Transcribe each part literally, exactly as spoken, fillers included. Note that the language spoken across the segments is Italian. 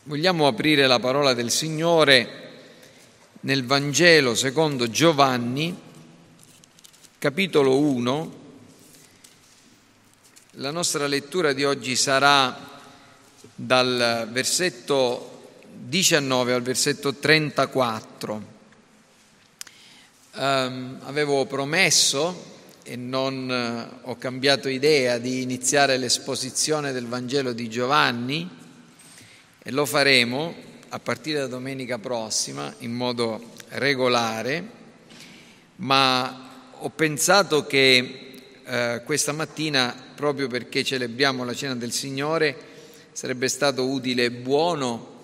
Vogliamo aprire la parola del Signore nel Vangelo secondo Giovanni, capitolo uno. La nostra lettura di oggi sarà dal versetto diciannove al versetto trentaquattro. Um, avevo promesso e non uh, ho cambiato idea di iniziare l'esposizione del Vangelo di Giovanni e lo faremo a partire da domenica prossima in modo regolare, ma ho pensato che uh, questa mattina, proprio perché celebriamo la Cena del Signore, sarebbe stato utile e buono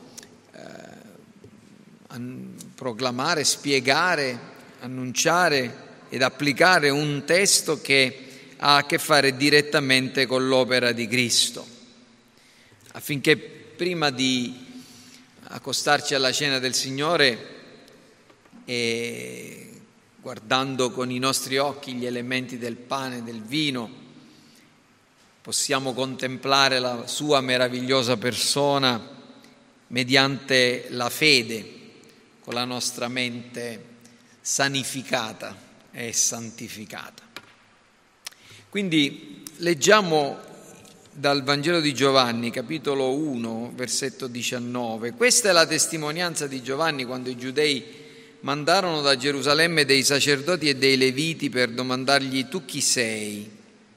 uh, proclamare, spiegare, annunciare ed applicare un testo che ha a che fare direttamente con l'opera di Cristo, affinché prima di accostarci alla Cena del Signore e guardando con i nostri occhi gli elementi del pane e del vino, possiamo contemplare la sua meravigliosa persona mediante la fede, con la nostra mente sanificata e santificata. Quindi leggiamo dal Vangelo di Giovanni, capitolo uno, versetto diciannove. Questa è la testimonianza di Giovanni quando i giudei mandarono da Gerusalemme dei sacerdoti e dei leviti per domandargli: tu chi sei?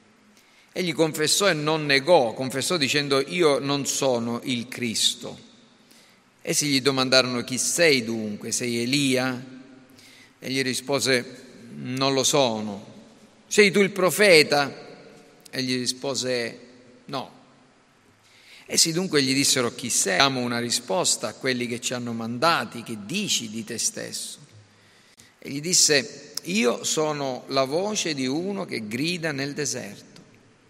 Egli confessò e non negò, confessò dicendo: io non sono il Cristo. Essi gli domandarono: chi sei dunque? Sei Elia? Egli rispose: non lo sono. Sei tu il profeta? Egli rispose: no. Essi dunque gli dissero: chi sei? Diamo una risposta a quelli che ci hanno mandati, che dici di te stesso? E gli disse: io sono la voce di uno che grida nel deserto: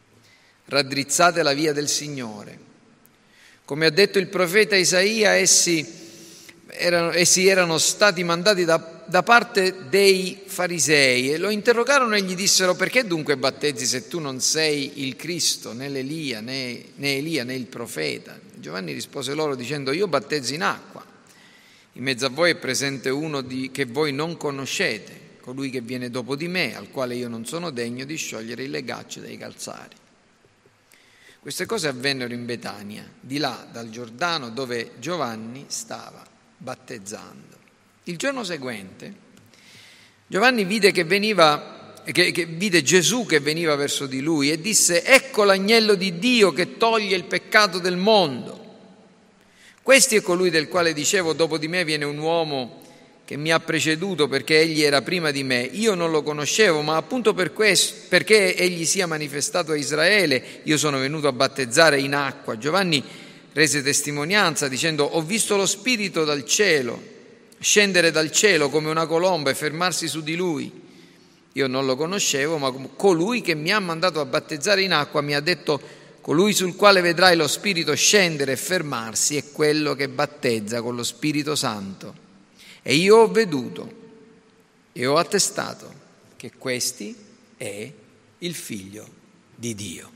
raddrizzate la via del Signore. Come ha detto il profeta Isaia, essi erano, essi erano stati mandati da da parte dei farisei e lo interrogarono e gli dissero: perché dunque battezzi se tu non sei il Cristo, né l'Elia, né, né Elia, né il profeta? Giovanni rispose loro dicendo: io battezzo in acqua, in mezzo a voi è presente uno di, che voi non conoscete, colui che viene dopo di me, al quale io non sono degno di sciogliere il legaccio dei calzari. Queste cose avvennero in Betania, di là dal Giordano, dove Giovanni stava battezzando. Il giorno seguente Giovanni vide che veniva, che, che vide Gesù che veniva verso di lui e disse: ecco l'agnello di Dio che toglie il peccato del mondo. Questi è colui del quale dicevo: dopo di me viene un uomo che mi ha preceduto, perché egli era prima di me. Io non lo conoscevo, ma appunto per questo, perché egli sia manifestato a Israele, io sono venuto a battezzare in acqua. Giovanni rese testimonianza dicendo: ho visto lo Spirito dal cielo scendere dal cielo come una colomba e fermarsi su di lui. Io non lo conoscevo, ma colui che mi ha mandato a battezzare in acqua mi ha detto: colui sul quale vedrai lo Spirito scendere e fermarsi è quello che battezza con lo Spirito Santo. E io ho veduto e ho attestato che questi è il Figlio di Dio.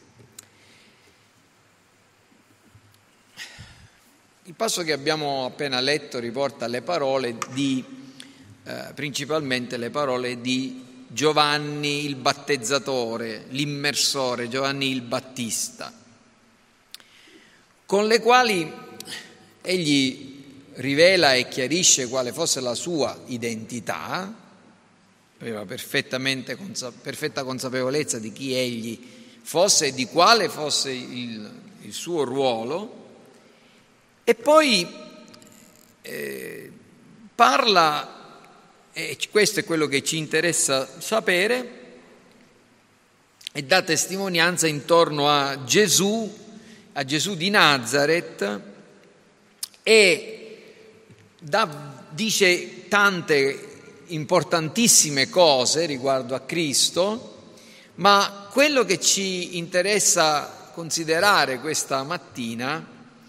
Il passo che abbiamo appena letto riporta le parole di, eh, principalmente le parole di Giovanni il battezzatore, l'immersore, Giovanni il Battista, con le quali egli rivela e chiarisce quale fosse la sua identità, aveva perfettamente consa- perfetta consapevolezza di chi egli fosse e di quale fosse il, il suo ruolo. E poi eh, parla, e questo è quello che ci interessa sapere, e dà testimonianza intorno a Gesù, a Gesù di Nazaret, e dà, dice tante importantissime cose riguardo a Cristo, ma quello che ci interessa considerare questa mattina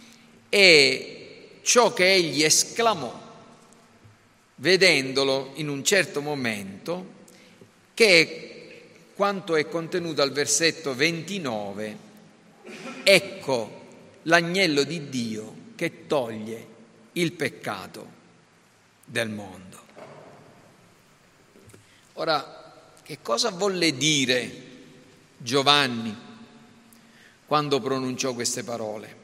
è ciò che egli esclamò vedendolo in un certo momento, che è quanto è contenuto al versetto ventinove: ecco l'agnello di Dio che toglie il peccato del mondo. Ora, che cosa volle dire Giovanni quando pronunciò queste parole?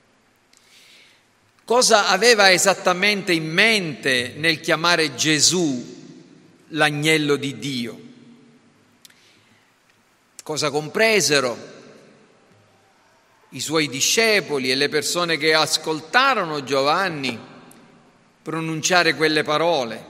Cosa aveva esattamente in mente nel chiamare Gesù l'agnello di Dio? Cosa compresero i suoi discepoli e le persone che ascoltarono Giovanni pronunciare quelle parole?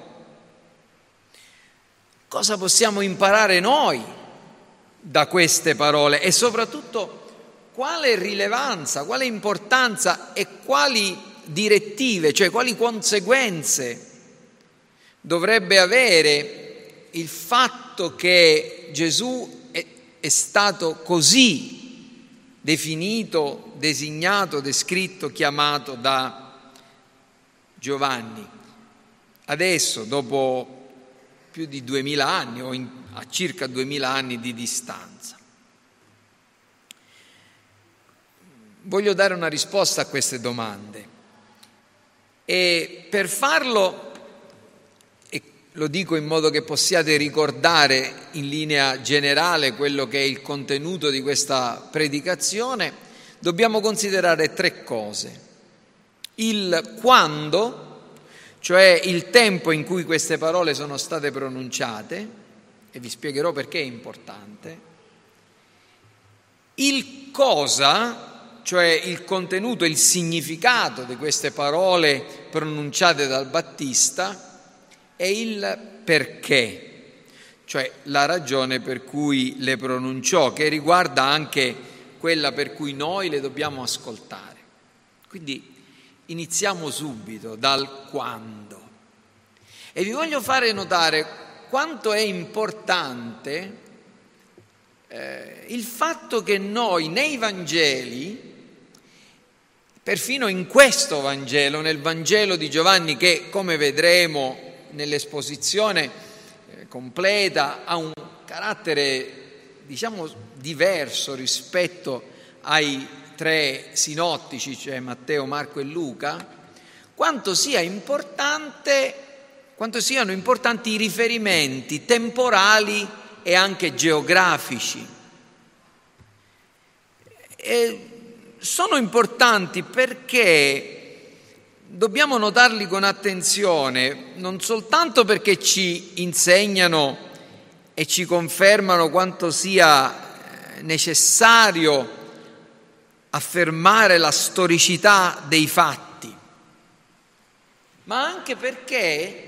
Cosa possiamo imparare noi da queste parole e soprattutto quale rilevanza, quale importanza e quali direttive, cioè quali conseguenze dovrebbe avere il fatto che Gesù è, è stato così definito, designato, descritto, chiamato da Giovanni. Adesso, dopo più di duemila anni o in, a circa duemila anni di distanza. Voglio dare una risposta a queste domande e per farlo, e lo dico in modo che possiate ricordare in linea generale quello che è il contenuto di questa predicazione, dobbiamo considerare tre cose. Il quando, cioè il tempo in cui queste parole sono state pronunciate, e vi spiegherò perché è importante, il cosa, cioè il contenuto, il significato di queste parole pronunciate dal Battista, e il perché, cioè la ragione per cui le pronunciò, che riguarda anche quella per cui noi le dobbiamo ascoltare. Quindi iniziamo subito dal quando. E vi voglio fare notare quanto è importante eh, il fatto che noi nei Vangeli, perfino in questo Vangelo, nel Vangelo di Giovanni, che come vedremo nell'esposizione eh, completa ha un carattere, diciamo, diverso rispetto ai tre sinottici, cioè Matteo, Marco e Luca, quanto sia importante, quanto siano importanti i riferimenti temporali e anche geografici. E sono importanti perché dobbiamo notarli con attenzione, non soltanto perché ci insegnano e ci confermano quanto sia necessario affermare la storicità dei fatti, ma anche perché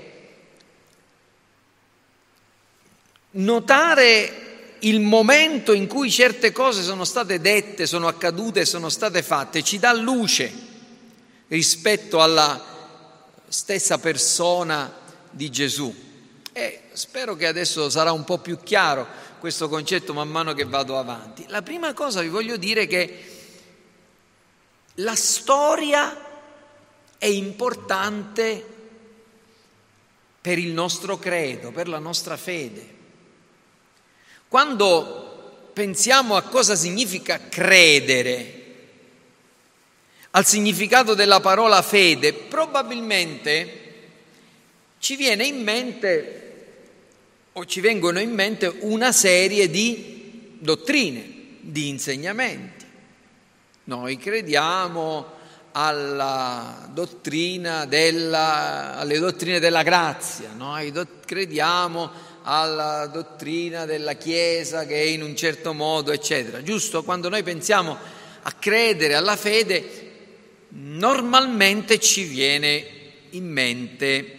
notare il momento in cui certe cose sono state dette, sono accadute, sono state fatte, ci dà luce rispetto alla stessa persona di Gesù. E spero che adesso sarà un po' più chiaro questo concetto man mano che vado avanti. La prima cosa vi voglio dire che la storia è importante per il nostro credo, per la nostra fede. Quando pensiamo a cosa significa credere, al significato della parola fede, probabilmente ci viene in mente o ci vengono in mente una serie di dottrine, di insegnamenti. Noi crediamo alla dottrina della, alle dottrine della grazia, noi do, crediamo alla dottrina della Chiesa che è in un certo modo, eccetera. Giusto? Quando noi pensiamo a credere, alla fede, normalmente ci viene in mente,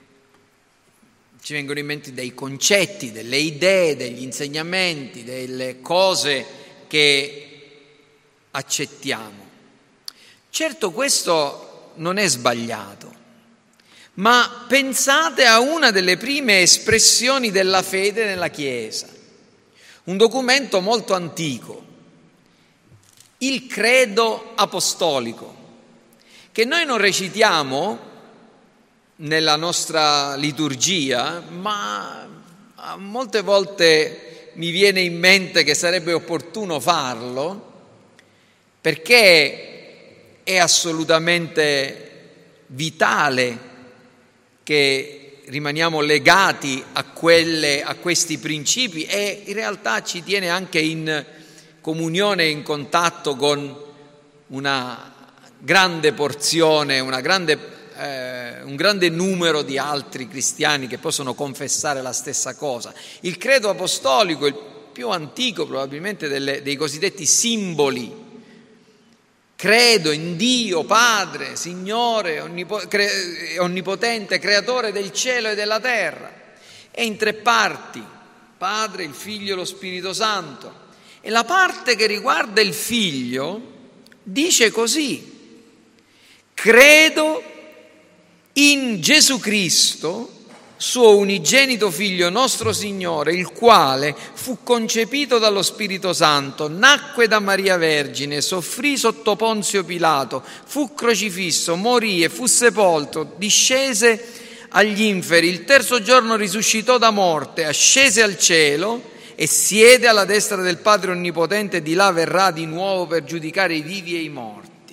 ci vengono in mente dei concetti, delle idee, degli insegnamenti, delle cose che accettiamo. Certo, questo non è sbagliato, ma pensate a una delle prime espressioni della fede nella Chiesa, un documento molto antico, il Credo Apostolico, che noi non recitiamo nella nostra liturgia, ma molte volte mi viene in mente che sarebbe opportuno farlo, perché è assolutamente vitale che rimaniamo legati a, quelle, a questi principi, e in realtà ci tiene anche in comunione, in contatto con una grande porzione, una grande, eh, un grande numero di altri cristiani che possono confessare la stessa cosa. Il credo apostolico, il più antico probabilmente delle, dei cosiddetti simboli: credo in Dio Padre, Signore, onnipo- cre- onnipotente, creatore del cielo e della terra. È in tre parti: Padre, il Figlio e lo Spirito Santo. E la parte che riguarda il Figlio dice così: credo in Gesù Cristo, suo unigenito Figlio, nostro Signore, il quale fu concepito dallo Spirito Santo, nacque da Maria Vergine, soffrì sotto Ponzio Pilato, fu crocifisso, morì e fu sepolto, discese agli inferi, il terzo giorno risuscitò da morte, ascese al cielo e siede alla destra del Padre Onnipotente, e di là verrà di nuovo per giudicare i vivi e i morti.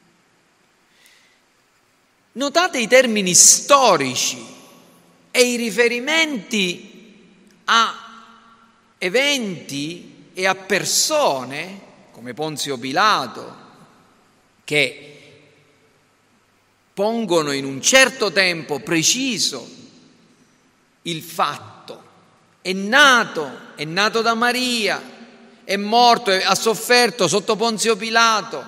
Notate i termini storici e i riferimenti a eventi e a persone come Ponzio Pilato, che pongono in un certo tempo preciso il fatto. È nato, è nato da Maria, è morto, ha sofferto sotto Ponzio Pilato,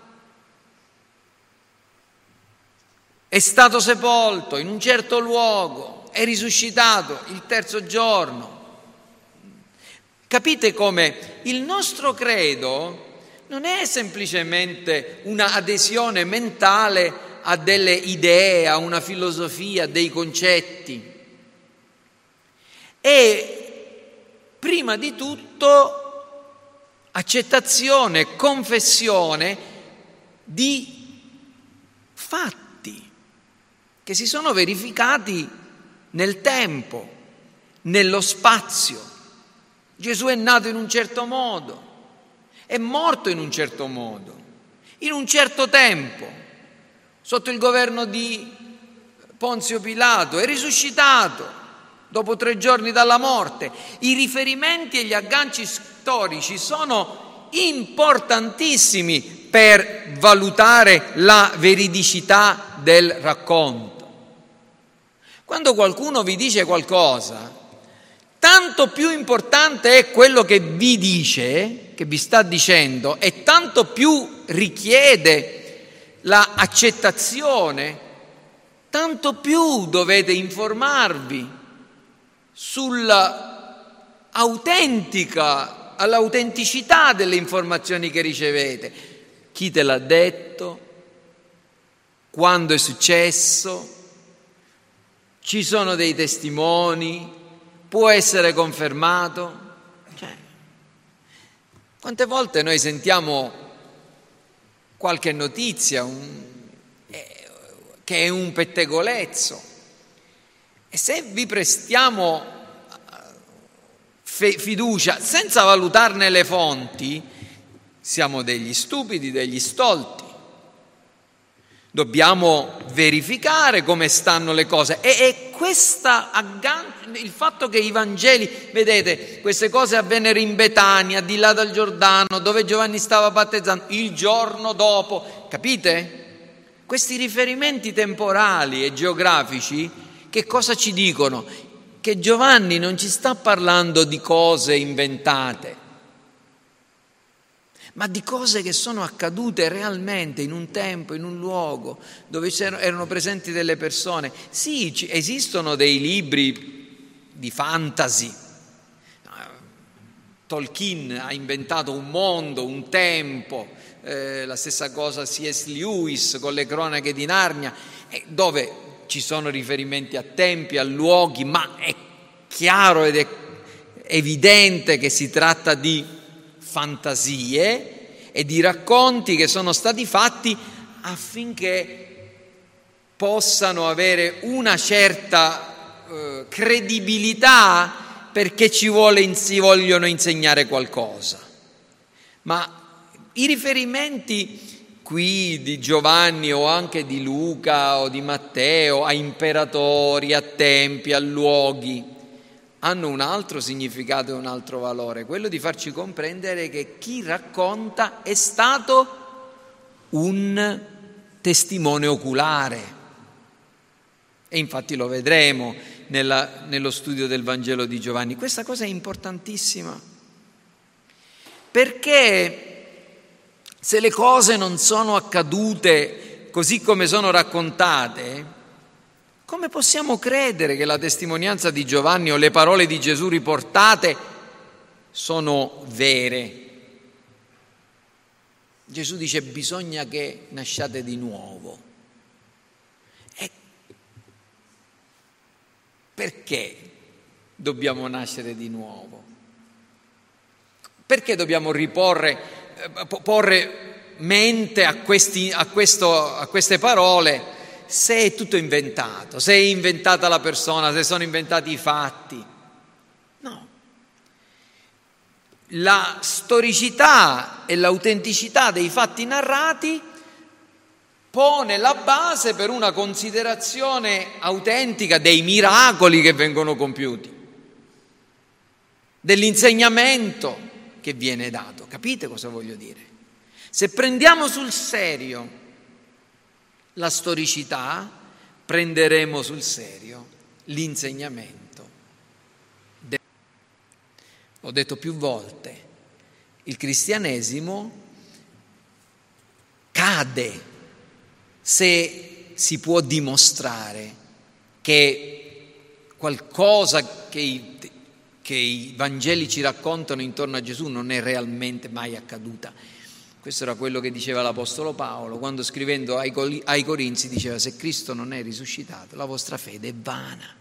è stato sepolto in un certo luogo, è risuscitato il terzo giorno. Capite come il nostro credo non è semplicemente una adesione mentale a delle idee, a una filosofia, a dei concetti. È prima di tutto accettazione, confessione di fatti che si sono verificati nel tempo, nello spazio. Gesù è nato in un certo modo, è morto in un certo modo, in un certo tempo, sotto il governo di Ponzio Pilato, è risuscitato dopo tre giorni dalla morte. I riferimenti e gli agganci storici sono importantissimi per valutare la veridicità del racconto. Quando qualcuno vi dice qualcosa, tanto più importante è quello che vi dice, che vi sta dicendo, e tanto più richiede la accettazione, tanto più dovete informarvi sulla autentica, all'autenticità delle informazioni che ricevete. Chi te l'ha detto? Quando è successo? Ci sono dei testimoni? Può essere confermato? Cioè, quante volte noi sentiamo qualche notizia un, eh, che è un pettegolezzo, e se vi prestiamo fe- fiducia senza valutarne le fonti, siamo degli stupidi, degli stolti. Dobbiamo verificare come stanno le cose, e, e questa aggan- il fatto che i Vangeli, vedete, queste cose avvennero in Betania, di là dal Giordano, dove Giovanni stava battezzando, il giorno dopo, capite? Questi riferimenti temporali e geografici che cosa ci dicono? Che Giovanni non ci sta parlando di cose inventate, ma di cose che sono accadute realmente in un tempo, in un luogo, dove erano presenti delle persone. Sì, esistono dei libri di fantasy. Tolkien ha inventato un mondo, un tempo, eh, la stessa cosa C S Lewis con le Cronache di Narnia, eh, dove ci sono riferimenti a tempi, a luoghi, ma è chiaro ed è evidente che si tratta di fantasie e di racconti che sono stati fatti affinché possano avere una certa eh, credibilità, perché ci vuole, si vogliono insegnare qualcosa. Ma i riferimenti qui di Giovanni o anche di Luca o di Matteo a imperatori, a tempi, a luoghi, hanno un altro significato e un altro valore, quello di farci comprendere che chi racconta è stato un testimone oculare. E infatti lo vedremo nella, nello studio del Vangelo di Giovanni. Questa cosa è importantissima, perché se le cose non sono accadute così come sono raccontate, come possiamo credere che la testimonianza di Giovanni o le parole di Gesù riportate sono vere? Gesù dice: bisogna che nasciate di nuovo. E perché dobbiamo nascere di nuovo? Perché dobbiamo riporre porre mente a, questi, a, questo, a queste parole se è tutto inventato, se è inventata la persona, se sono inventati i fatti? No. La storicità e l'autenticità dei fatti narrati pone la base per una considerazione autentica dei miracoli che vengono compiuti, dell'insegnamento che viene dato. Capite cosa voglio dire? Se prendiamo sul serio la storicità, prenderemo sul serio l'insegnamento. Ho detto più volte, il cristianesimo cade se si può dimostrare che qualcosa che i che i Vangeli ci raccontano intorno a Gesù non è realmente mai accaduta. Questo era quello che diceva l'Apostolo Paolo quando, scrivendo ai, ai Corinzi, diceva: se Cristo non è risuscitato, la vostra fede è vana.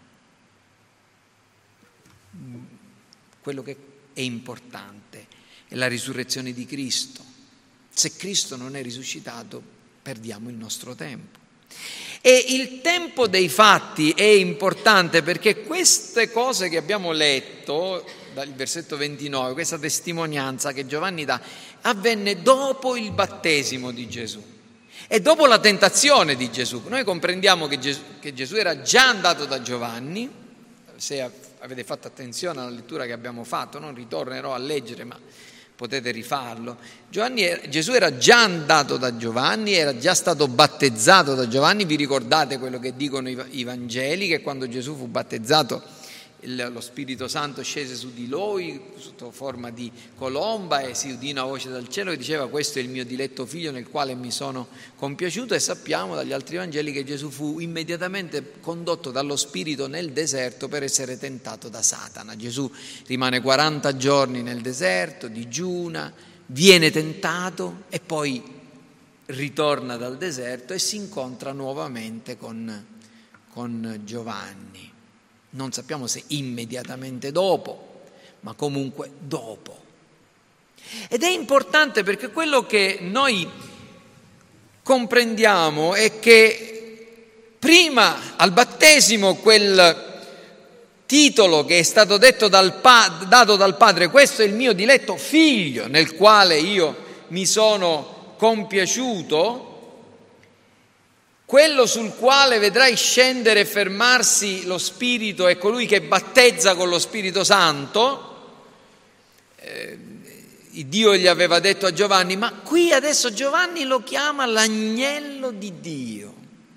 Quello che è importante è la risurrezione di Cristo. Se Cristo non è risuscitato, perdiamo il nostro tempo. E il tempo dei fatti è importante perché queste cose che abbiamo letto dal versetto ventinove, questa testimonianza che Giovanni dà, avvenne dopo il battesimo di Gesù e dopo la tentazione di Gesù. Noi comprendiamo che Gesù, che Gesù era già andato da Giovanni. Se avete fatto attenzione alla lettura che abbiamo fatto, non ritornerò a leggere, ma potete rifarlo. Giovanni, Gesù era già andato da Giovanni, era già stato battezzato da Giovanni. Vi ricordate quello che dicono i, i Vangeli, che quando Gesù fu battezzato il, lo Spirito Santo scese su di lui sotto forma di colomba e si udì una voce dal cielo che diceva: questo è il mio diletto figlio nel quale mi sono compiaciuto. E sappiamo dagli altri Vangeli che Gesù fu immediatamente condotto dallo Spirito nel deserto per essere tentato da Satana. Gesù rimane quaranta giorni nel deserto, digiuna, viene tentato e poi ritorna dal deserto e si incontra nuovamente con, con Giovanni. Non sappiamo se immediatamente dopo, ma comunque dopo. Ed è importante perché quello che noi comprendiamo è che prima al battesimo quel titolo che è stato detto dal pa- dato dal Padre: questo è il mio diletto figlio nel quale io mi sono compiaciuto, quello sul quale vedrai scendere e fermarsi lo Spirito è colui che battezza con lo Spirito Santo. Eh, Dio gli aveva detto a Giovanni, ma qui adesso Giovanni lo chiama l'agnello di Dio.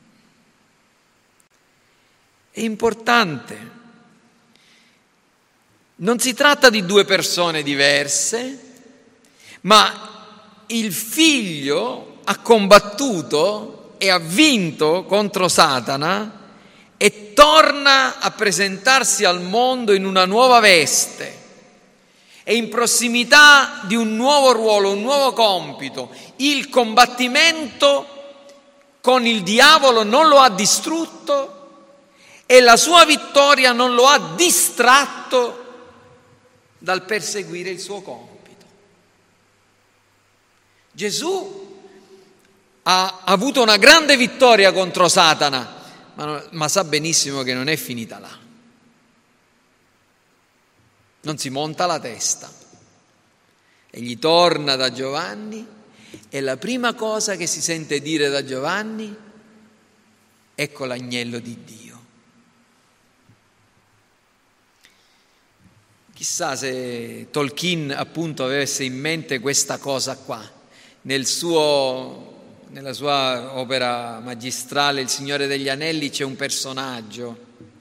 È importante. Non si tratta di due persone diverse, ma il figlio ha combattuto e ha vinto contro Satana e torna a presentarsi al mondo in una nuova veste e in prossimità di un nuovo ruolo, un nuovo compito. Il combattimento con il diavolo non lo ha distrutto e la sua vittoria non lo ha distratto dal perseguire il suo compito. Gesù ha avuto una grande vittoria contro Satana, ma, ma sa benissimo che non è finita là. Non si monta la testa. Egli torna da Giovanni E la prima cosa che si sente dire da Giovanni: ecco l'agnello di Dio. Chissà se Tolkien appunto avesse in mente questa cosa qua. Nel suo, nella sua opera magistrale Il Signore degli Anelli c'è un personaggio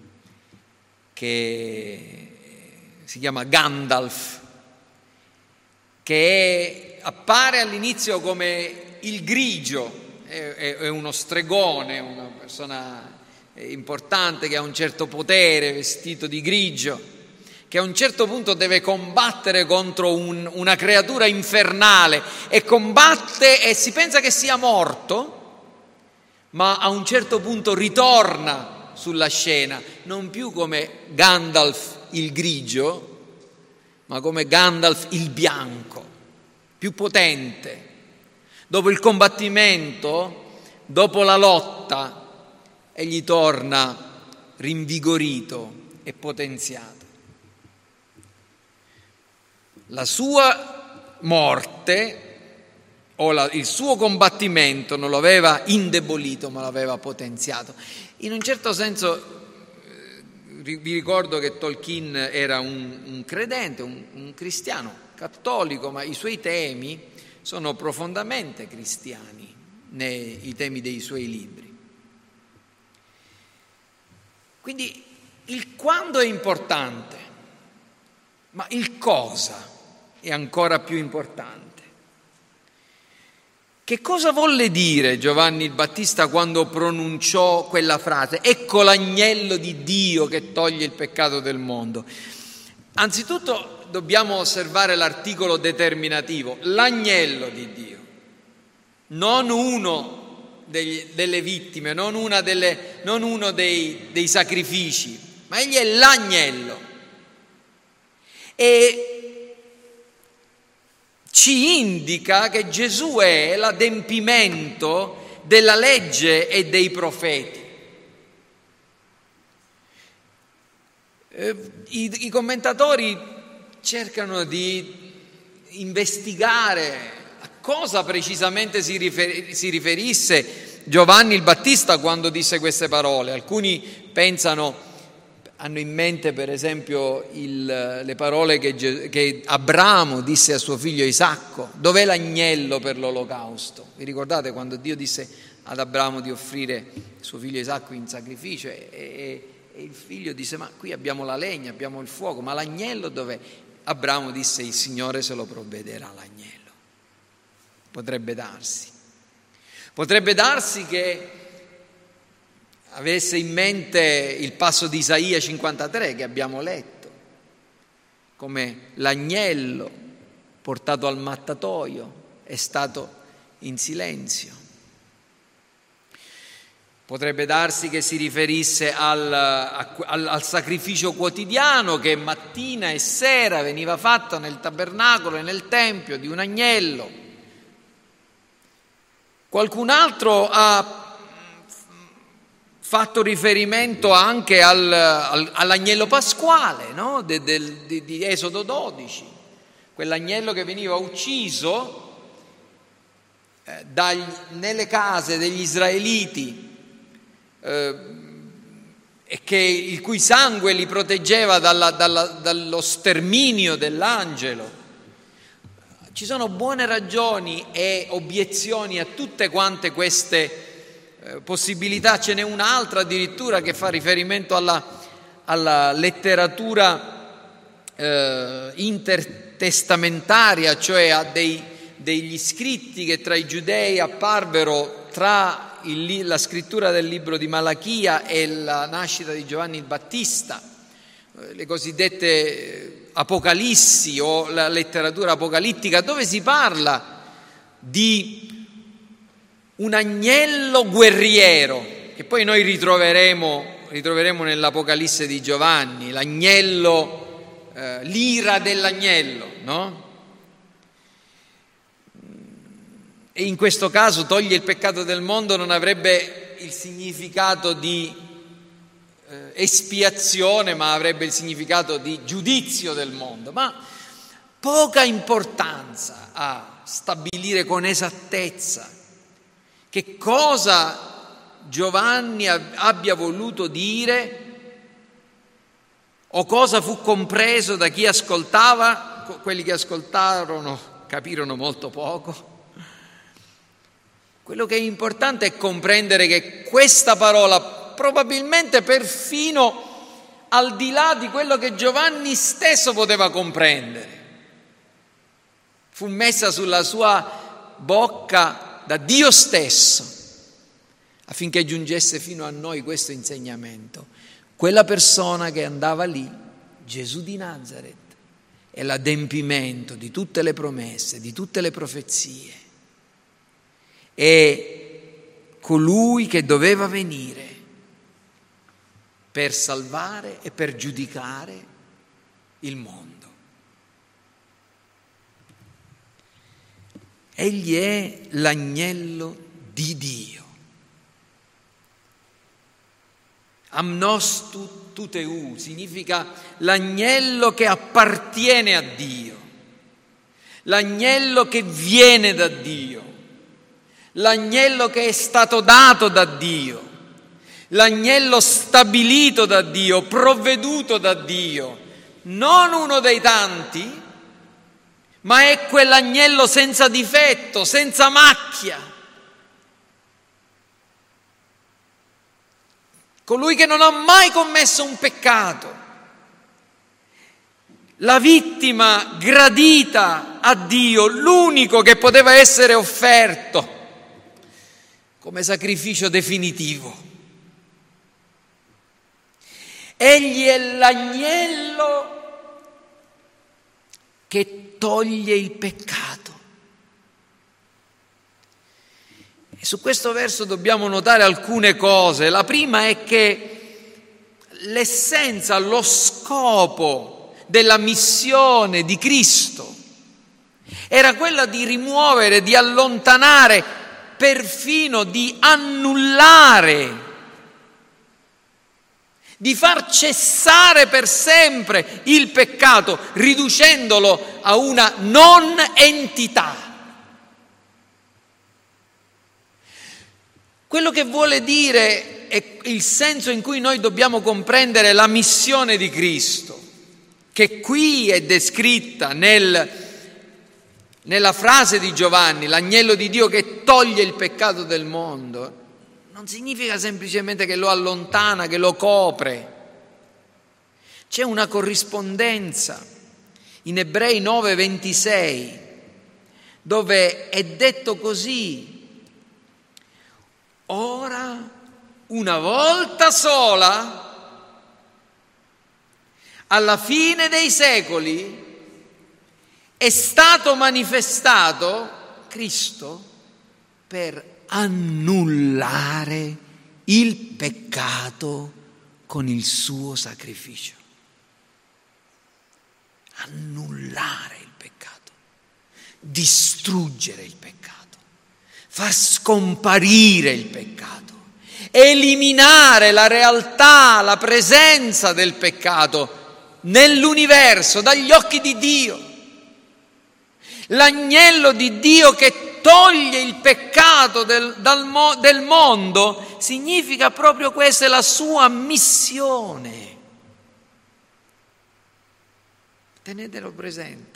che si chiama Gandalf, che è, appare all'inizio come il grigio, è, è, è uno stregone, una persona importante che ha un certo potere, vestito di grigio, che a un certo punto deve combattere contro un, una creatura infernale e combatte e si pensa che sia morto, ma a un certo punto ritorna sulla scena, non più come Gandalf il grigio, ma come Gandalf il bianco, più potente. Dopo il combattimento, dopo la lotta, egli torna rinvigorito e potenziato. La sua morte o la, il suo combattimento non lo aveva indebolito, ma l'aveva potenziato. In un certo senso vi ricordo che Tolkien era un, un credente, un, un cristiano cattolico, ma i suoi temi sono profondamente cristiani, nei temi dei suoi libri. Quindi il quando è importante, ma il cosa è ancora più importante. Che cosa volle dire Giovanni il Battista quando pronunciò quella frase? Ecco l'agnello di Dio che toglie il peccato del mondo. Anzitutto dobbiamo osservare l'articolo determinativo, l'agnello di Dio, non uno degli, delle vittime, non, una delle, non uno dei, dei sacrifici, ma egli è l'agnello. E ci indica che Gesù è l'adempimento della legge e dei profeti. Eh, i, I commentatori cercano di investigare a cosa precisamente si, rifer- si riferisse Giovanni il Battista quando disse queste parole. Alcuni pensano, hanno in mente per esempio il, le parole che, che Abramo disse a suo figlio Isacco: dov'è l'agnello per l'olocausto? Vi ricordate quando Dio disse ad Abramo di offrire suo figlio Isacco in sacrificio e, e, e il figlio disse: ma qui abbiamo la legna, abbiamo il fuoco, ma l'agnello dov'è? Abramo disse: il Signore se lo provvederà l'agnello. Potrebbe darsi potrebbe darsi che avesse in mente il passo di Isaia cinquantatré che abbiamo letto, come l'agnello portato al mattatoio è stato in silenzio. Potrebbe darsi che si riferisse al, al, al sacrificio quotidiano che mattina e sera veniva fatto nel tabernacolo e nel tempio di un agnello. Qualcun altro ha fatto riferimento anche al, al, all'agnello pasquale, no? de, de, de, di Esodo dodici, quell'agnello che veniva ucciso eh, dagli, nelle case degli israeliti eh, e che, il cui sangue li proteggeva dalla, dalla, dallo sterminio dell'angelo. Ci sono buone ragioni e obiezioni a tutte quante queste possibilità. Ce n'è un'altra addirittura che fa riferimento alla, alla letteratura eh, intertestamentaria, cioè a dei, degli scritti che tra i giudei apparvero tra il, la scrittura del libro di Malachia e la nascita di Giovanni il Battista, le cosiddette Apocalissi o la letteratura apocalittica, dove si parla di un agnello guerriero, che poi noi ritroveremo, ritroveremo nell'Apocalisse di Giovanni, l'agnello, eh, l'ira dell'agnello, no? E in questo caso toglie il peccato del mondo non avrebbe il significato di eh, espiazione, ma avrebbe il significato di giudizio del mondo. Ma poca importanza a stabilire con esattezza che cosa Giovanni abbia voluto dire o cosa fu compreso da chi ascoltava. Quelli che ascoltarono capirono molto poco. Quello che è importante è comprendere che questa parola, probabilmente perfino al di là di quello che Giovanni stesso poteva comprendere, fu messa sulla sua bocca da Dio stesso affinché giungesse fino a noi questo insegnamento. Quella persona che andava lì, Gesù di Nazaret, è l'adempimento di tutte le promesse, di tutte le profezie. È colui che doveva venire per salvare e per giudicare il mondo. Egli è l'agnello di Dio. Amnos tuteu significa l'agnello che appartiene a Dio, l'agnello che viene da Dio, l'agnello che è stato dato da Dio, l'agnello stabilito da Dio, provveduto da Dio, non uno dei tanti, ma è quell'agnello senza difetto, senza macchia, colui che non ha mai commesso un peccato, la vittima gradita a Dio, l'unico che poteva essere offerto come sacrificio definitivo. Egli è l'agnello che toglie il peccato. E su questo verso dobbiamo notare alcune cose. La prima è che l'essenza, lo scopo della missione di Cristo era quella di rimuovere, di allontanare, perfino di annullare, di far cessare per sempre il peccato, riducendolo a una non entità. Quello che vuole dire è il senso in cui noi dobbiamo comprendere la missione di Cristo, che qui è descritta nel, nella frase di Giovanni, l'agnello di Dio che toglie il peccato del mondo. Non significa semplicemente che lo allontana, che lo copre. C'è una corrispondenza in Ebrei nove ventisei, dove è detto così: ora, una volta sola, alla fine dei secoli, è stato manifestato Cristo per annullare il peccato con il suo sacrificio. Annullare il peccato, distruggere il peccato, far scomparire il peccato, eliminare la realtà, la presenza del peccato nell'universo dagli occhi di Dio. L'agnello di Dio che toglie il peccato del, dal mo, del mondo significa proprio questa, è la sua missione. Tenetelo presente.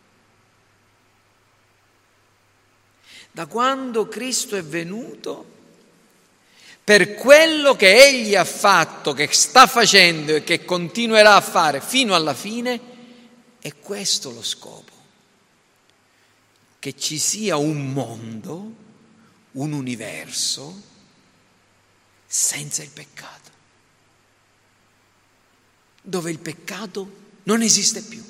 Da quando Cristo è venuto, per quello che Egli ha fatto, che sta facendo e che continuerà a fare fino alla fine, è questo lo scopo. Che ci sia un mondo, un universo senza il peccato, dove il peccato non esiste più.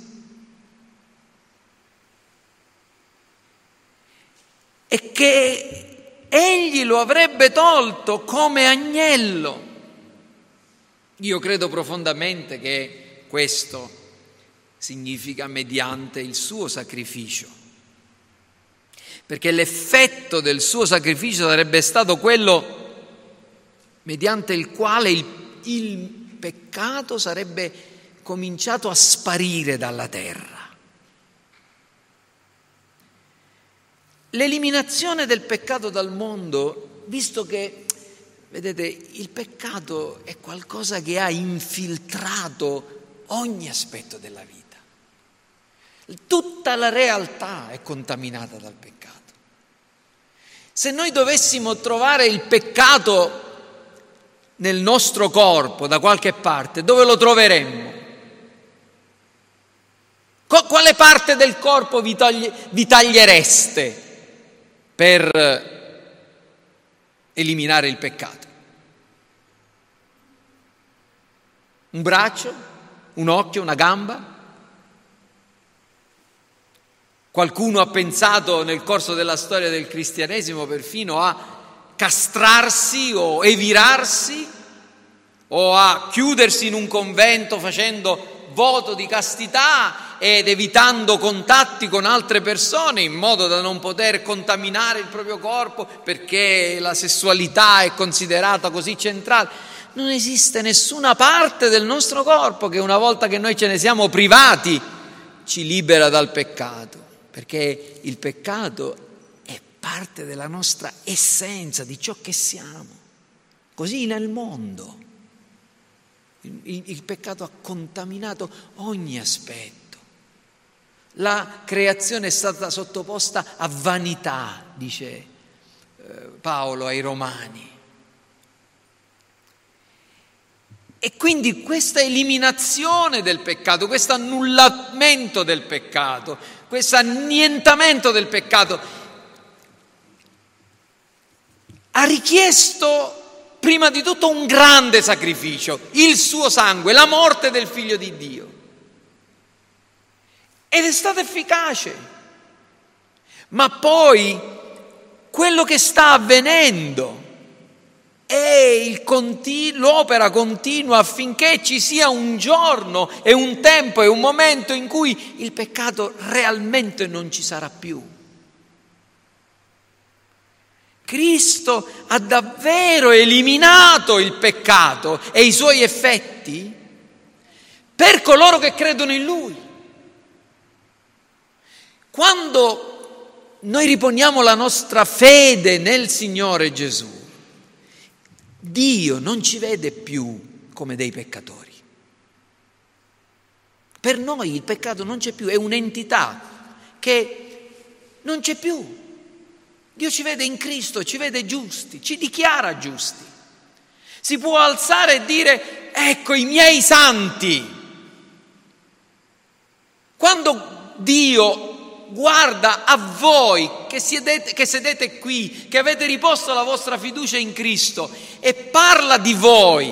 E che Egli lo avrebbe tolto come agnello. Io credo profondamente che questo significa mediante il suo sacrificio. Perché l'effetto del suo sacrificio sarebbe stato quello mediante il quale il, il peccato sarebbe cominciato a sparire dalla terra. l'eliminazione del peccato dal mondo, visto che, vedete, il peccato è qualcosa che ha infiltrato ogni aspetto della vita. Tutta la realtà è contaminata dal peccato. Se noi dovessimo trovare il peccato nel nostro corpo, da qualche parte, dove lo troveremmo? Quale parte del corpo vi, togli- vi tagliereste per eliminare il peccato? Un braccio? Un occhio? Una gamba? Qualcuno ha pensato nel corso della storia del cristianesimo perfino a castrarsi o evirarsi o a chiudersi in un convento facendo voto di castità ed evitando contatti con altre persone in modo da non poter contaminare il proprio corpo, perché la sessualità è considerata così centrale. Non esiste nessuna parte del nostro corpo che, una volta che noi ce ne siamo privati, ci libera dal peccato, perché il peccato è parte della nostra essenza, di ciò che siamo. Così nel mondo il, il, il peccato ha contaminato ogni aspetto. La creazione è stata sottoposta a vanità, dice eh, Paolo ai Romani. E quindi questa eliminazione del peccato, questo annullamento del peccato, questo annientamento del peccato ha richiesto prima di tutto un grande sacrificio, il suo sangue, la morte del Figlio di Dio. Ed è stato efficace. Ma poi quello che sta avvenendo è il continu- l'opera continua affinché ci sia un giorno e un tempo e un momento in cui il peccato realmente non ci sarà più. Cristo ha davvero eliminato il peccato e i suoi effetti per coloro che credono in Lui. Quando noi riponiamo la nostra fede nel Signore Gesù, Dio non ci vede più come dei peccatori. Per noi il peccato non c'è più, è un'entità che non c'è più. Dio ci vede in Cristo, ci vede giusti, ci dichiara giusti. Si può alzare e dire: ecco i miei santi. Quando Dio guarda a voi che sedete, che sedete qui, che avete riposto la vostra fiducia in Cristo, e parla di voi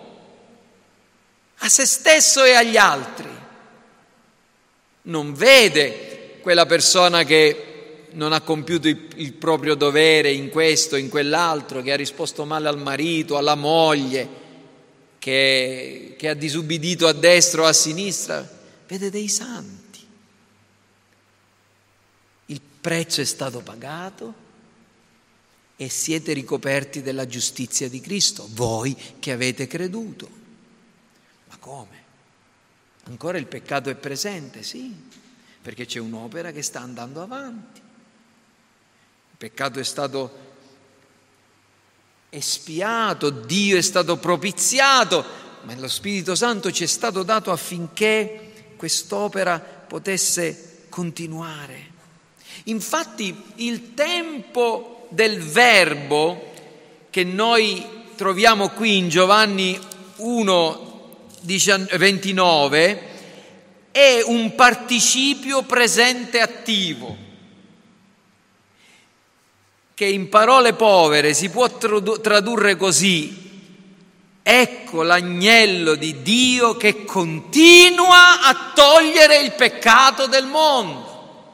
a se stesso e agli altri, non vede quella persona che non ha compiuto il, il proprio dovere in questo, in quell'altro, che ha risposto male al marito, alla moglie, che, che ha disubbidito a destra o a sinistra. Vede dei santi. Il prezzo è stato pagato e siete ricoperti della giustizia di Cristo, voi che avete creduto. Ma come? Ancora il peccato è presente? Sì, perché c'è un'opera che sta andando avanti. Il peccato è stato espiato, Dio è stato propiziato, ma lo Spirito Santo ci è stato dato affinché quest'opera potesse continuare. Infatti il tempo del Verbo che noi troviamo qui in Giovanni uno ventinove è un participio presente attivo, che in parole povere si può tradurre così: ecco l'agnello di Dio che continua a togliere il peccato del mondo.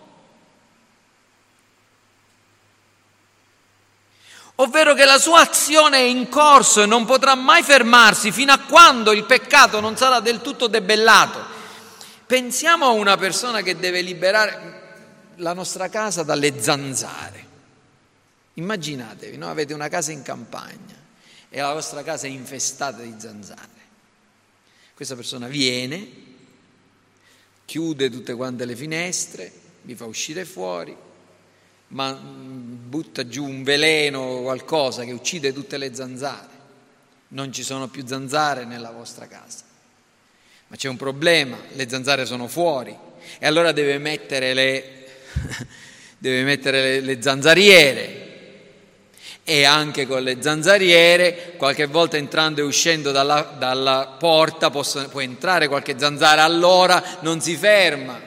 Ovvero che la sua azione è in corso e non potrà mai fermarsi fino a quando il peccato non sarà del tutto debellato. Pensiamo a una persona che deve liberare la nostra casa dalle zanzare. Immaginatevi, no? Avete una casa in campagna e la vostra casa è infestata di zanzare. Questa persona viene, chiude tutte quante le finestre, vi fa uscire fuori ma butta giù un veleno o qualcosa che uccide tutte le zanzare. Non ci sono più zanzare nella vostra casa. Ma c'è un problema, le zanzare sono fuori e allora deve mettere le, deve mettere le, le zanzariere. E anche con le zanzariere, qualche volta entrando e uscendo dalla, dalla porta possono, può entrare qualche zanzara, allora non si ferma.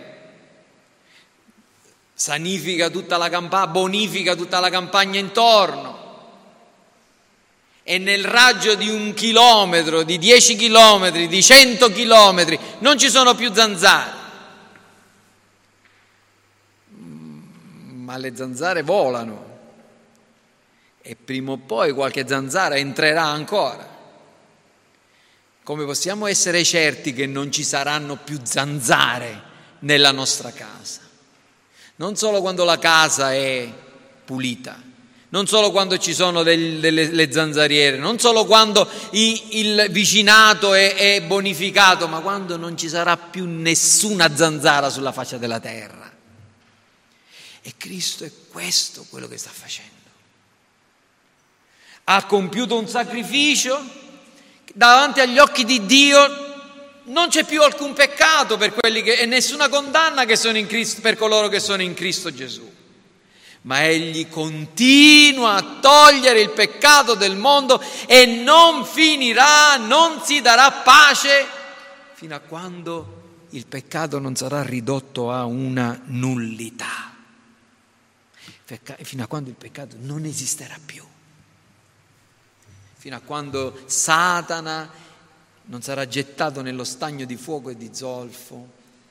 Sanifica tutta la campagna, bonifica tutta la campagna intorno. E nel raggio di un chilometro, di dieci chilometri, di cento chilometri, non ci sono più zanzare. Ma le zanzare volano. E prima o poi qualche zanzara entrerà ancora. Come possiamo essere certi che non ci saranno più zanzare nella nostra casa? Non solo quando la casa è pulita, non solo quando ci sono del, delle le zanzariere, non solo quando i, il vicinato è, è bonificato, ma quando non ci sarà più nessuna zanzara sulla faccia della terra. E Cristo è questo quello che sta facendo. Ha compiuto un sacrificio, davanti agli occhi di Dio non c'è più alcun peccato per quelli che, e nessuna condanna che sono in Cristo, per coloro che sono in Cristo Gesù. Ma Egli continua a togliere il peccato del mondo e non finirà, non si darà pace fino a quando il peccato non sarà ridotto a una nullità, fino a quando il peccato non esisterà più. Fino a quando Satana non sarà gettato nello stagno di fuoco e di zolfo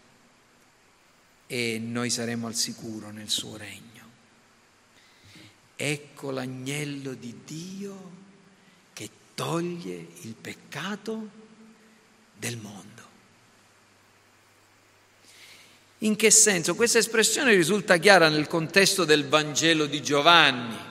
e noi saremo al sicuro nel suo regno. Ecco l'agnello di Dio che toglie il peccato del mondo. In che senso? Questa espressione risulta chiara nel contesto del Vangelo di Giovanni,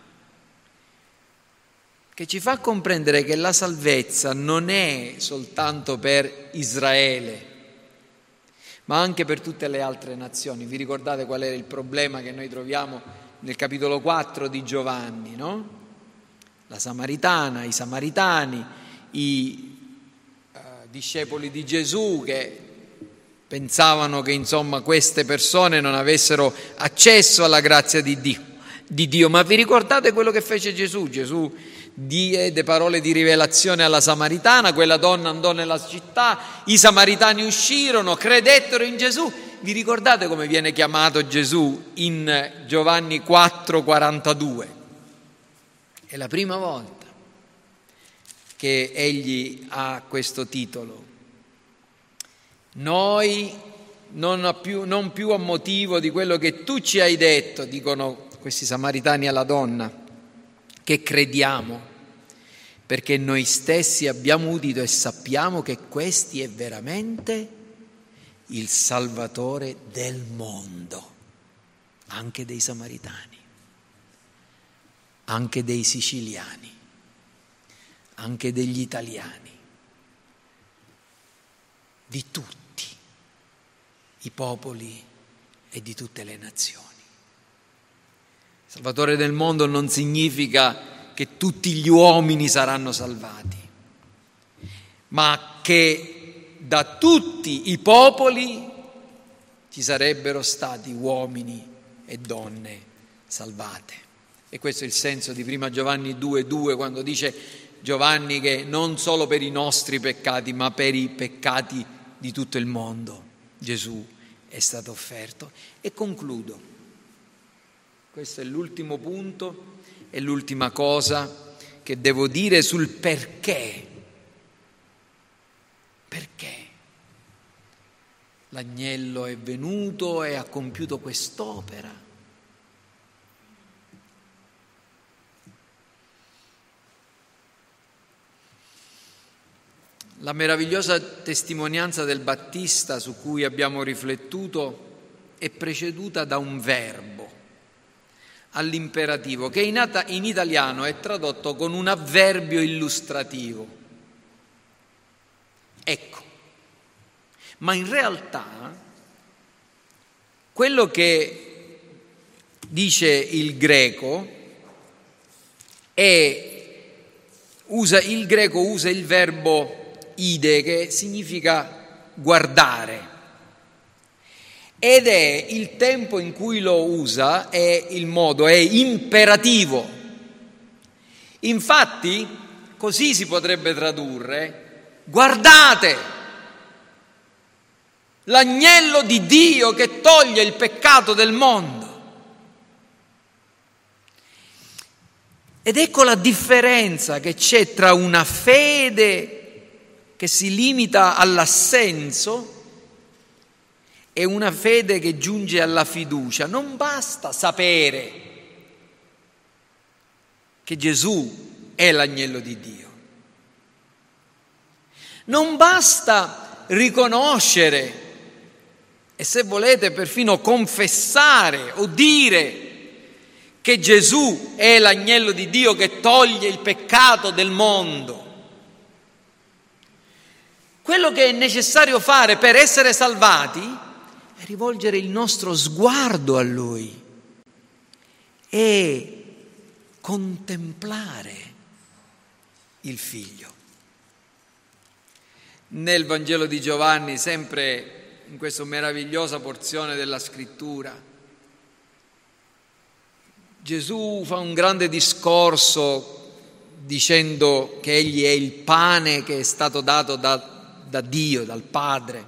che ci fa comprendere che la salvezza non è soltanto per Israele, ma anche per tutte le altre nazioni. Vi ricordate qual era il problema che noi troviamo nel capitolo quattro di Giovanni, no? La Samaritana, i Samaritani, i uh, discepoli di Gesù che pensavano che insomma queste persone non avessero accesso alla grazia di Dio, di Dio. Ma vi ricordate quello che fece Gesù? Gesù diede parole di rivelazione alla Samaritana, quella donna andò nella città, i Samaritani uscirono, credettero in Gesù. Vi ricordate come viene chiamato Gesù in Giovanni quattro quarantadue? È la prima volta che egli ha questo titolo. Noi non, a più, non più a motivo di quello che tu ci hai detto, dicono questi Samaritani alla donna, che crediamo, perché noi stessi abbiamo udito e sappiamo che questi è veramente il Salvatore del mondo, anche dei Samaritani, anche dei siciliani, anche degli italiani, di tutti i popoli e di tutte le nazioni. Salvatore del mondo non significa che tutti gli uomini saranno salvati, ma che da tutti i popoli ci sarebbero stati uomini e donne salvate. E questo è il senso di prima Giovanni due due, quando dice Giovanni che non solo per i nostri peccati, ma per i peccati di tutto il mondo Gesù è stato offerto. E concludo. Questo è l'ultimo punto e l'ultima cosa che devo dire sul perché. Perché l'agnello è venuto e ha compiuto quest'opera? La meravigliosa testimonianza del Battista su cui abbiamo riflettuto è preceduta da un verbo all'imperativo che in, at- in italiano è tradotto con un avverbio illustrativo. Ecco, ma in realtà quello che dice il greco, e usa, il greco usa il verbo ide, che significa guardare. Ed è il tempo in cui lo usa, è il modo, è imperativo. Infatti, così si potrebbe tradurre: guardate, l'agnello di Dio che toglie il peccato del mondo. Ed ecco la differenza che c'è tra una fede che si limita all'assenso e una fede che giunge alla fiducia. Non basta sapere che Gesù è l'agnello di Dio. Non basta riconoscere e, se volete, perfino confessare o dire che Gesù è l'agnello di Dio che toglie il peccato del mondo. Quello che è necessario fare per essere salvati è rivolgere il nostro sguardo a Lui e contemplare il Figlio. Nel Vangelo di Giovanni, sempre in questa meravigliosa porzione della Scrittura, Gesù fa un grande discorso dicendo che Egli è il pane che è stato dato da, da Dio, dal Padre.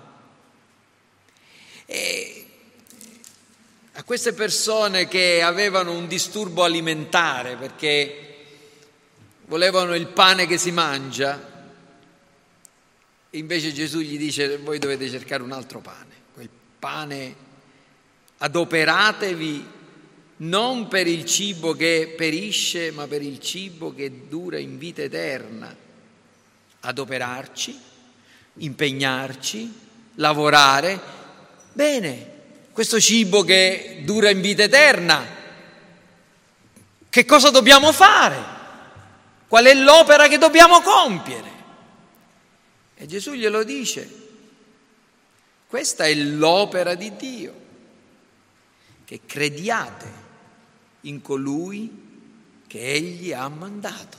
E a queste persone che avevano un disturbo alimentare perché volevano il pane che si mangia, invece Gesù gli dice: voi dovete cercare un altro pane, quel pane, adoperatevi non per il cibo che perisce, ma per il cibo che dura in vita eterna. Adoperarci, impegnarci, lavorare. Bene, questo cibo che dura in vita eterna, che cosa dobbiamo fare? Qual è l'opera che dobbiamo compiere? E Gesù glielo dice: questa è l'opera di Dio, che crediate in colui che Egli ha mandato.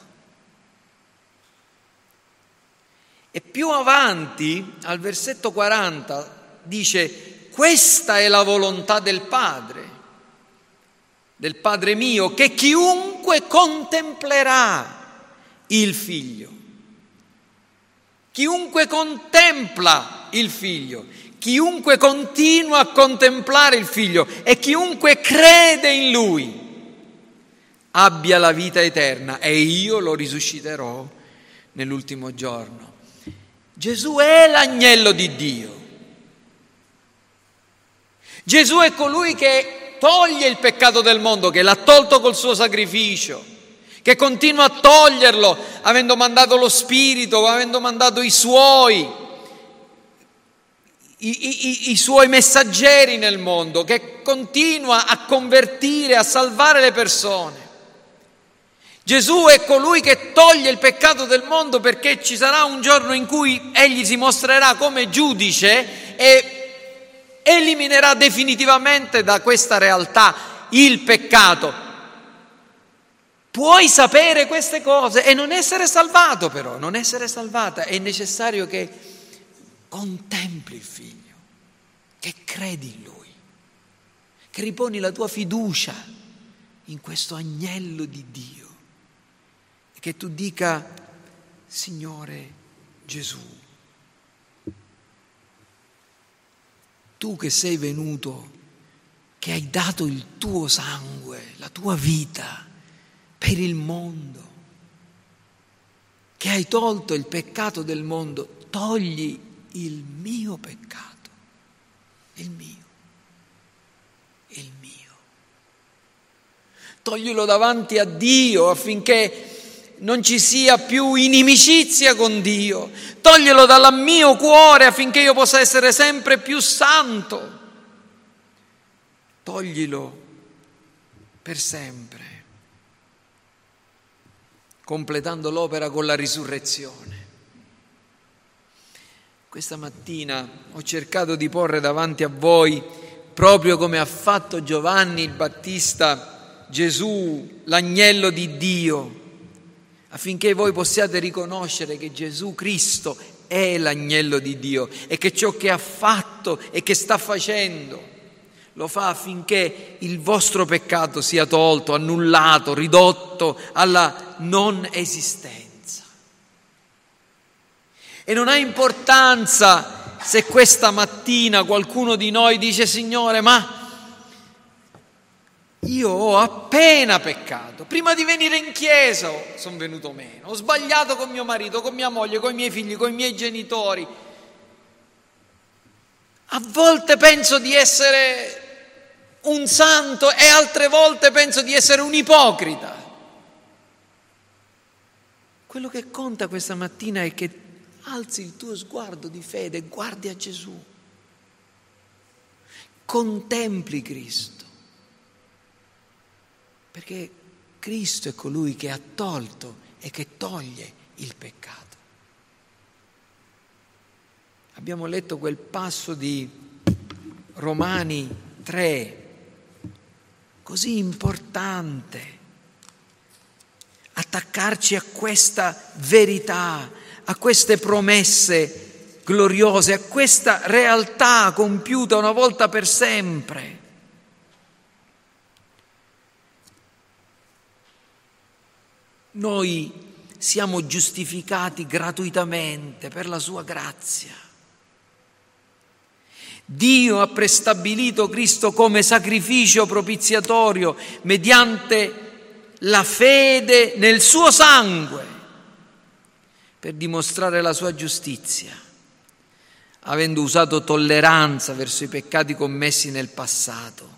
E più avanti, al versetto quaranta, dice: questa è la volontà del Padre, del Padre mio, che chiunque contemplerà il Figlio, chiunque contempla il Figlio, chiunque continua a contemplare il Figlio e chiunque crede in Lui, abbia la vita eterna e io lo risusciterò nell'ultimo giorno. Gesù è l'agnello di Dio. Gesù è colui che toglie il peccato del mondo, che l'ha tolto col suo sacrificio, che continua a toglierlo, avendo mandato lo Spirito, avendo mandato i suoi, i, i, i suoi messaggeri nel mondo, che continua a convertire, a salvare le persone. Gesù è colui che toglie il peccato del mondo, perché ci sarà un giorno in cui Egli si mostrerà come giudice e eliminerà definitivamente da questa realtà il peccato. Puoi sapere queste cose e non essere salvato, però, non essere salvata. È necessario che contempli il Figlio, che credi in Lui, che riponi la tua fiducia in questo agnello di Dio. Che tu dica: Signore Gesù, tu che sei venuto, che hai dato il tuo sangue, la tua vita per il mondo, che hai tolto il peccato del mondo, togli il mio peccato, il mio, il mio. Toglilo davanti a Dio affinché non ci sia più inimicizia con Dio. Toglielo dal mio cuore affinché io possa essere sempre più santo. Toglilo per sempre, completando l'opera con la risurrezione. Questa mattina ho cercato di porre davanti a voi proprio come ha fatto Giovanni il Battista, Gesù, l'agnello di Dio, affinché voi possiate riconoscere che Gesù Cristo è l'agnello di Dio e che ciò che ha fatto e che sta facendo lo fa affinché il vostro peccato sia tolto, annullato, ridotto alla non esistenza. E non ha importanza se questa mattina qualcuno di noi dice: Signore, ma io ho appena peccato, prima di venire in chiesa sono venuto meno, ho sbagliato con mio marito, con mia moglie, con i miei figli, con i miei genitori. A volte penso di essere un santo e altre volte penso di essere un ipocrita. Quello che conta questa mattina è che alzi il tuo sguardo di fede e guardi a Gesù, contempli Cristo, perché Cristo è colui che ha tolto e che toglie il peccato. Abbiamo letto quel passo di Romani tre, così importante, attaccarci a questa verità, a queste promesse gloriose, a questa realtà compiuta una volta per sempre. Noi siamo giustificati gratuitamente per la sua grazia. Dio ha prestabilito Cristo come sacrificio propiziatorio mediante la fede nel suo sangue per dimostrare la sua giustizia, avendo usato tolleranza verso i peccati commessi nel passato.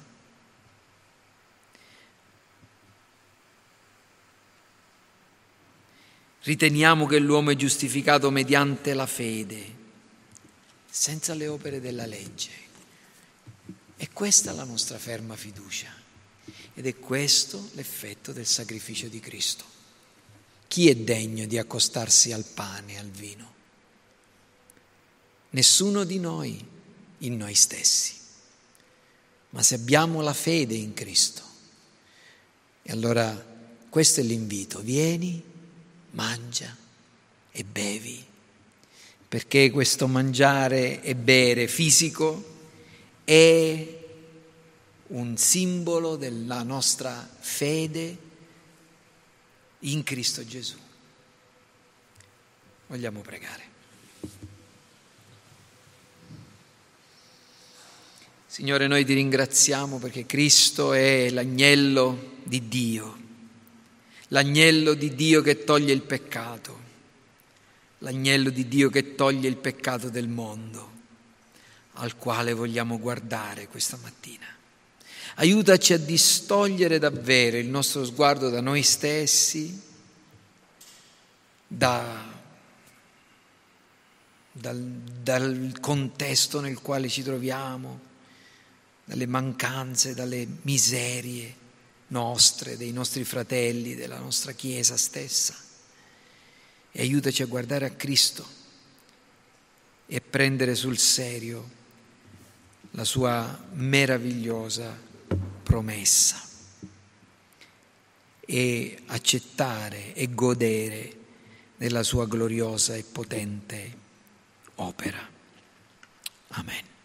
Riteniamo che l'uomo è giustificato mediante la fede, senza le opere della legge. E questa è la nostra ferma fiducia. Ed è questo l'effetto del sacrificio di Cristo. Chi è degno di accostarsi al pane e al vino? Nessuno di noi in noi stessi. Ma se abbiamo la fede in Cristo, e allora questo è l'invito: vieni, mangia e bevi, perché questo mangiare e bere fisico è un simbolo della nostra fede in Cristo Gesù. Vogliamo pregare. Signore, noi ti ringraziamo perché Cristo è l'agnello di Dio, l'agnello di Dio che toglie il peccato, l'agnello di Dio che toglie il peccato del mondo, al quale vogliamo guardare questa mattina. Aiutaci a distogliere davvero il nostro sguardo da noi stessi, da, dal, dal contesto nel quale ci troviamo, dalle mancanze, dalle miserie nostre, dei nostri fratelli, della nostra Chiesa stessa. E aiutaci a guardare a Cristo e a prendere sul serio la sua meravigliosa promessa e accettare e godere della sua gloriosa e potente opera. Amen.